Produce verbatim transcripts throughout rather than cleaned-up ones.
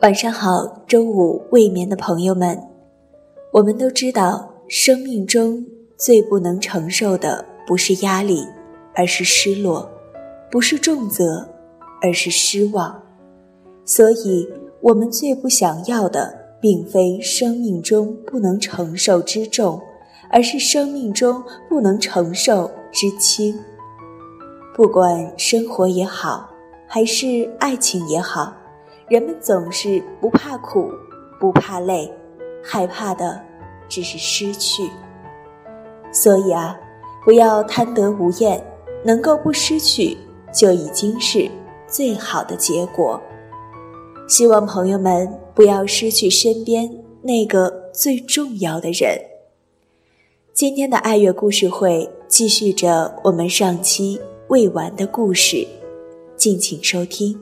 晚上好，周五未眠的朋友们，我们都知道，生命中最不能承受的不是压力，而是失落；不是重责，而是失望。所以，我们最不想要的，并非生命中不能承受之重，而是生命中不能承受之轻。不管生活也好，还是爱情也好，人们总是不怕苦，不怕累，害怕的只是失去。所以啊，不要贪得无厌，能够不失去，就已经是最好的结果。希望朋友们不要失去身边那个最重要的人。今天的爱乐故事会继续着我们上期未完的故事，敬请收听。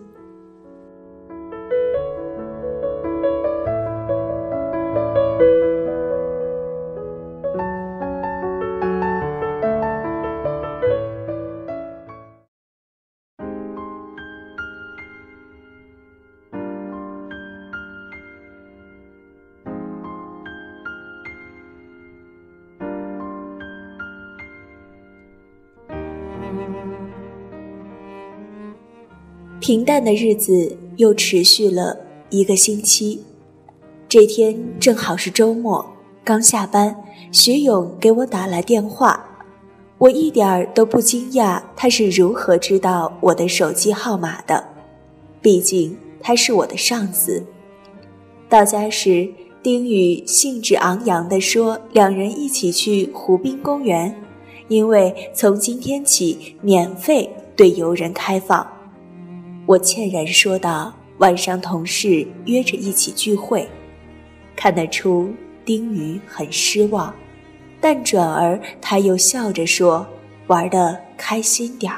平淡的日子又持续了一个星期，这天正好是周末，刚下班，学勇给我打来电话，我一点儿都不惊讶他是如何知道我的手机号码的，毕竟他是我的上司。到家时，丁宇兴致昂扬地说两人一起去湖滨公园，因为从今天起免费对游人开放。我歉然说道，晚上同事约着一起聚会。看得出丁宇很失望，但转而他又笑着说，玩得开心点儿。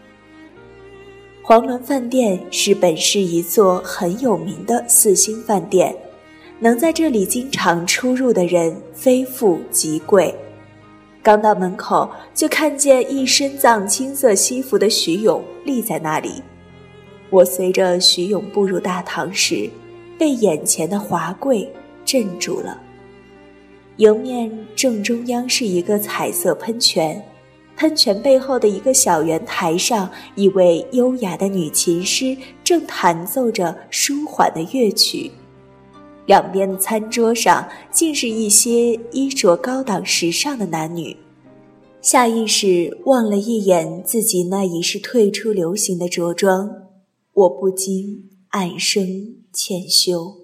黄伦饭店是本市一座很有名的四星饭店，能在这里经常出入的人非富即贵。刚到门口，就看见一身藏青色西服的徐勇立在那里。我随着徐勇步入大堂时，被眼前的华贵镇住了。迎面正中央是一个彩色喷泉，喷泉背后的一个小圆台上，一位优雅的女琴师正弹奏着舒缓的乐曲。两边的餐桌上竟是一些衣着高档时尚的男女。下意识望了一眼自己那已是退出流行的着装，我不禁暗生歉羞。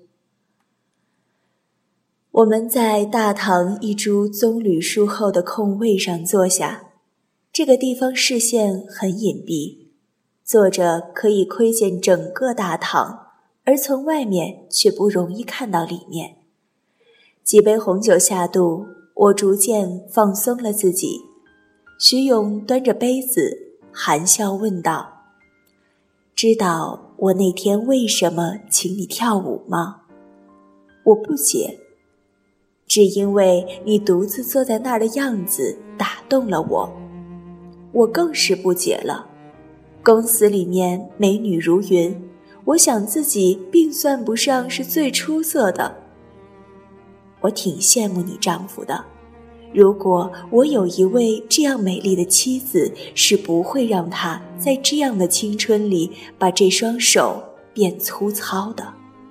我们在大堂一株棕榈树后的空位上坐下，这个地方视线很隐蔽，坐着可以窥见整个大堂，而从外面却不容易看到里面。几杯红酒下肚，我逐渐放松了自己。徐勇端着杯子含笑问道，知道我那天为什么请你跳舞吗？我不解，只因为你独自坐在那儿的样子打动了我。我更是不解了，公司里面美女如云，我想自己并算不上是最出色的。我挺羡慕你丈夫的，如果我有一位这样美丽的妻子，是不会让她在这样的青春里把这双手变粗糙的。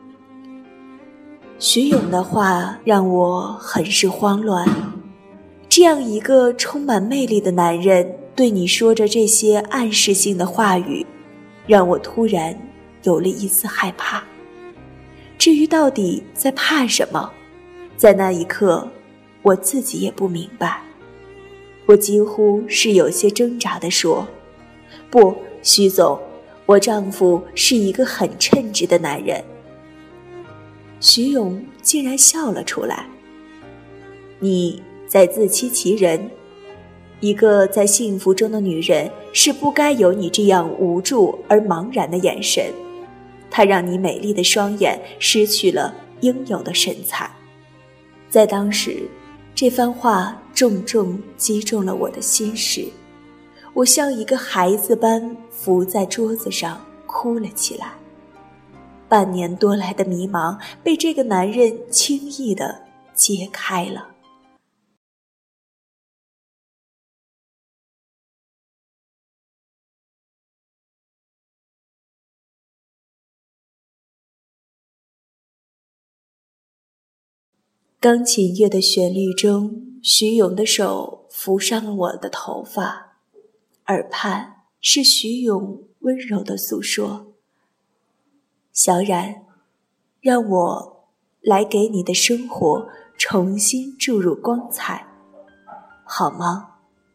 徐勇的话让我很是慌乱，这样一个充满魅力的男人对你说着这些暗示性的话语，让我突然有了一丝害怕。至于到底在怕什么，在那一刻我自己也不明白。我几乎是有些挣扎地说，不，徐总，我丈夫是一个很称职的男人。徐勇竟然笑了出来，你在自欺欺人，一个在幸福中的女人是不该有你这样无助而茫然的眼神，它让你美丽的双眼失去了应有的神采。在当时，这番话重重击中了我的心事，我像一个孩子般伏在桌子上哭了起来。 半年多来的迷茫被这个男人轻易地揭开了。钢琴乐的旋律中，徐勇的手扶上了我的头发，耳畔是徐勇温柔的诉说：小冉，让我来给你的生活重新注入光彩，好吗？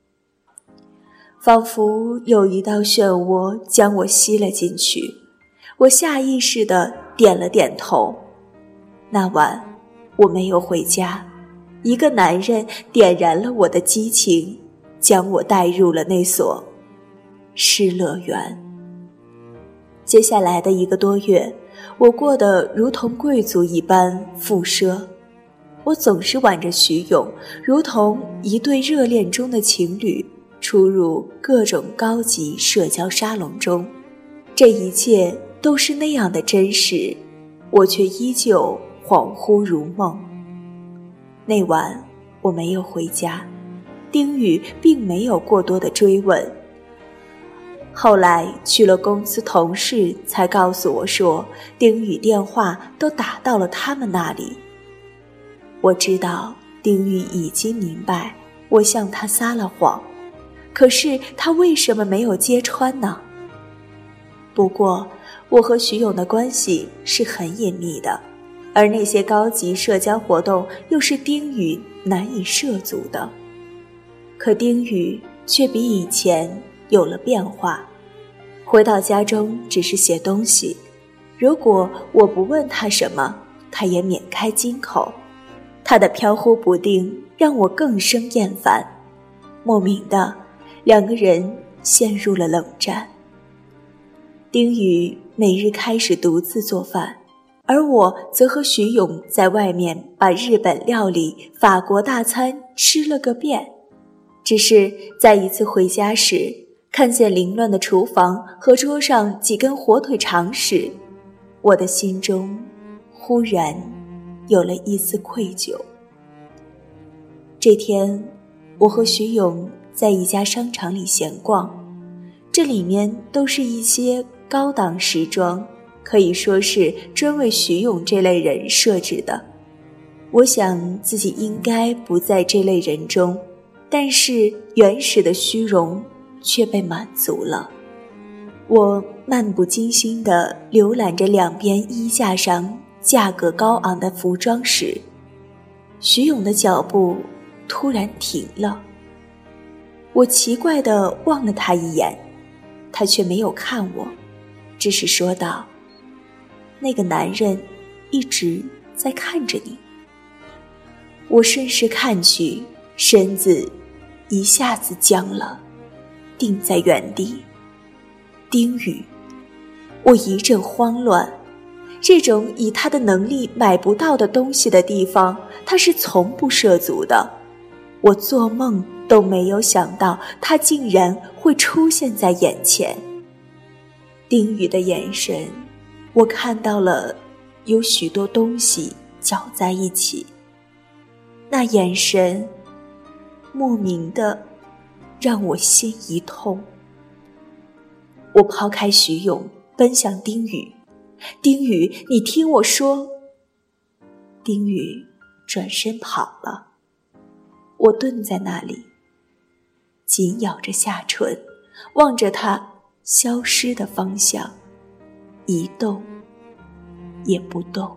仿佛有一道漩涡将我吸了进去，我下意识地点了点头。那晚我没有回家，一个男人点燃了我的激情，将我带入了那所失乐园。接下来的一个多月，我过得如同贵族一般富奢。我总是挽着徐勇，如同一对热恋中的情侣，出入各种高级社交沙龙中。这一切都是那样的真实，我却依旧恍惚如梦。那晚我没有回家，丁宇并没有过多的追问。后来去了公司，同事才告诉我说，丁宇电话都打到了他们那里。我知道丁宇已经明白我向他撒了谎，可是他为什么没有揭穿呢？不过我和徐勇的关系是很隐秘的，而那些高级社交活动又是丁宇难以涉足的。可丁宇却比以前有了变化，回到家中只是写东西，如果我不问他什么，他也免开金口。他的飘忽不定让我更生厌烦，莫名的，两个人陷入了冷战。丁宇每日开始独自做饭，而我则和徐勇在外面把日本料理、法国大餐吃了个遍。只是在一次回家时，看见凌乱的厨房和桌上几根火腿肠时，我的心中忽然有了一丝愧疚。这天，我和徐勇在一家商场里闲逛，这里面都是一些高档时装，可以说是专为徐勇这类人设置的。我想自己应该不在这类人中，但是原始的虚荣却被满足了。我漫不经心地浏览着两边衣架上价格高昂的服装时，徐勇的脚步突然停了。我奇怪地望了他一眼，他却没有看我，只是说道：那个男人一直在看着你。我顺势看去，身子一下子僵了，定在原地。丁宇，我一阵慌乱。这种以他的能力买不到的东西的地方，他是从不涉足的。我做梦都没有想到他竟然会出现在眼前。丁宇的眼神，我看到了有许多东西搅在一起。那眼神莫名的让我心一痛。我抛开徐勇，奔向丁宇。丁宇，你听我说。丁宇转身跑了。我顿在那里，紧咬着下唇，望着他消失的方向，一动也不动。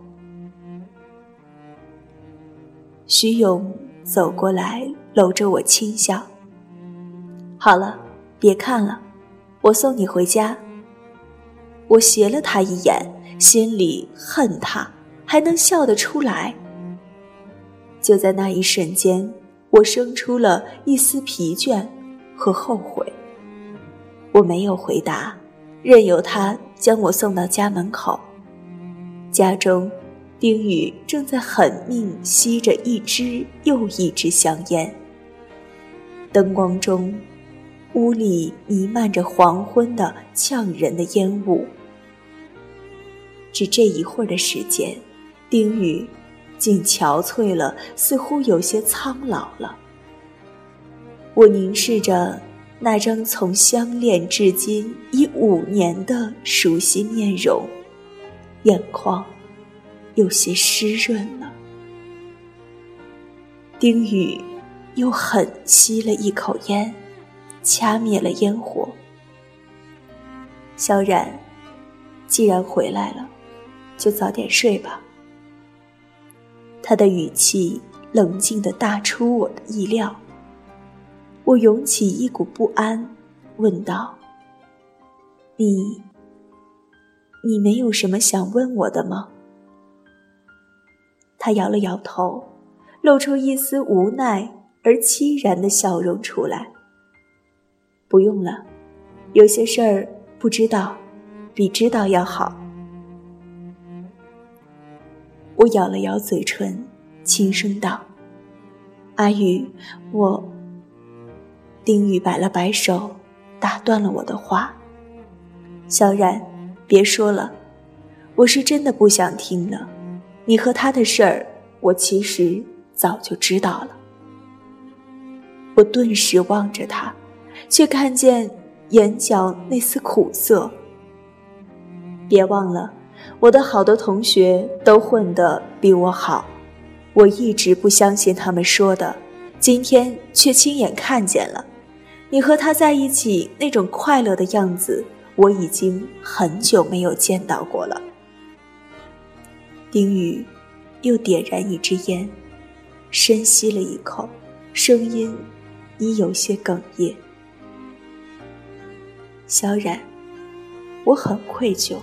徐勇走过来，搂着我轻笑：好了，别看了，我送你回家。我斜了他一眼，心里恨他还能笑得出来。就在那一瞬间，我生出了一丝疲倦和后悔。我没有回答，任由他将我送到家门口。家中，丁宇正在狠命吸着一支又一支香烟。灯光中，屋里弥漫着黄昏的呛人的烟雾。 只这一会儿的时间，丁宇竟憔悴了，似乎有些苍老了。我凝视着那张从相恋至今已五年的熟悉面容，眼眶有些湿润了。丁宇又狠吸了一口烟，掐灭了烟火。萧然，既然回来了，就早点睡吧。他的语气冷静地大出我的意料。我涌起一股不安，问道：你你没有什么想问我的吗？他摇了摇头，露出一丝无奈而凄然的笑容出来。不用了，有些事儿不知道比知道要好。我咬了咬嘴唇，轻声道：阿宇，我……丁宇摆了摆手，打断了我的话。萧然，别说了，我是真的不想听了。你和他的事儿，我其实早就知道了。我顿时望着他，却看见眼角那丝苦涩。别忘了，我的好多同学都混得比我好，我一直不相信他们说的，今天却亲眼看见了。你和他在一起那种快乐的样子，我已经很久没有见到过了。丁宇又点燃一支烟，深吸了一口，声音已有些哽咽。萧然，我很愧疚。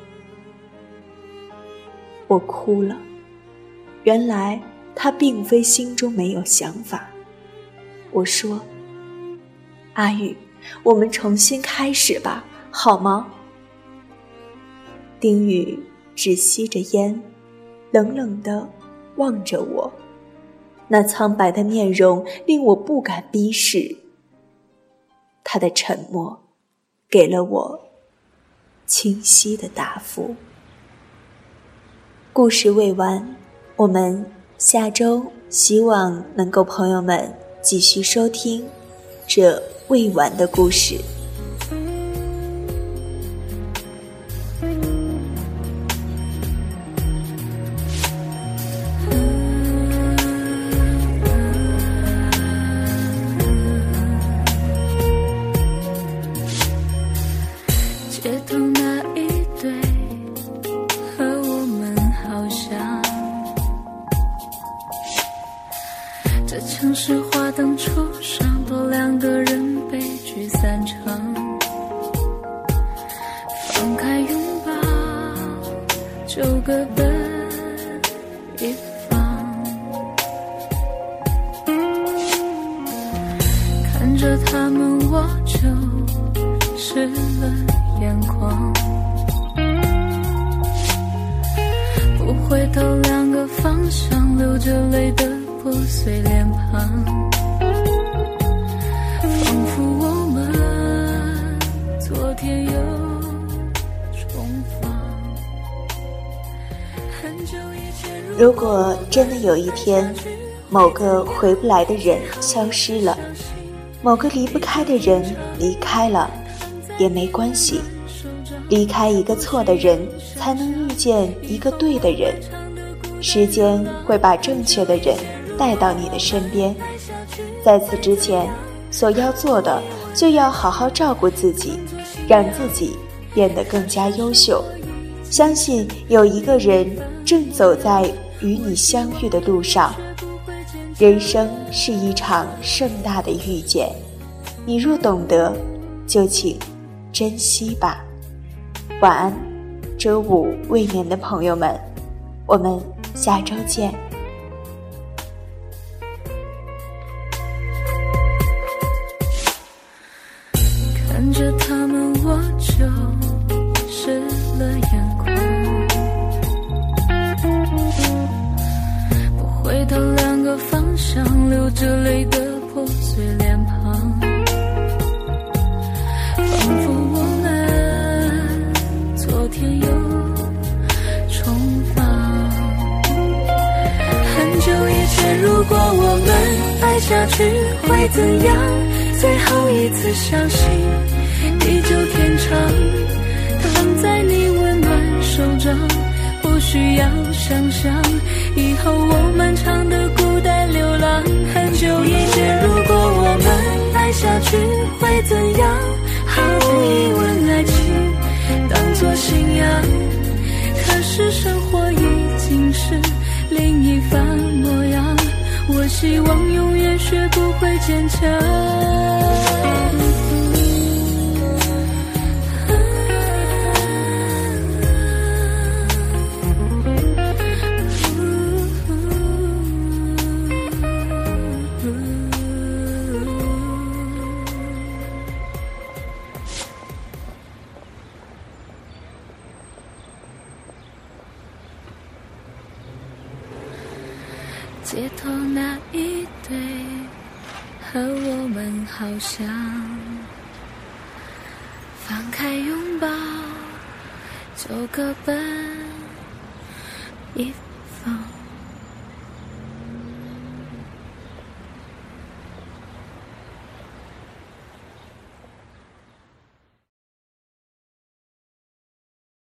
我哭了，原来他并非心中没有想法。我说：阿宇，我们重新开始吧，好吗？丁宇只吸着烟，冷冷地望着我，那苍白的面容令我不敢逼视。他的沉默给了我清晰的答复。故事未完，我们下周希望能够朋友们继续收听这未完的故事。 街头那一对和我们好像，这城市花灯初上，多两个人悲剧散场，放开拥抱就各奔一方，看着他们我就湿了眼眶，不回头两个方向，流着泪的破碎脸庞，仿佛我们昨天又重逢。很久以前， 如果真的有一天，某个回不来的人消失了，某个离不开的人离开了，也没关系。离开一个错的人，才能遇见一个对的人。时间会把正确的人带到你的身边。在此之前，所要做的就要好好照顾自己，让自己变得更加优秀。相信有一个人正走在与你相遇的路上。人生是一场盛大的遇见，你若懂得，就请珍惜吧。晚安，周五未眠的朋友们，我们下周见。 看着他们我就湿了眼眶，不回头两个方向，流着泪的破碎脸庞，仿佛我们昨天又下去会怎样？最后一次相信地久天长，躺在你温暖手掌，不需要想象以后我漫长的孤单流浪。很久以前，如果我们爱下去会怎样？毫无疑问，爱情当作信仰，可是生活已经是另一番模样。我希望永远学不会坚强。街头那一对和我们好像，放开拥抱就各奔一方。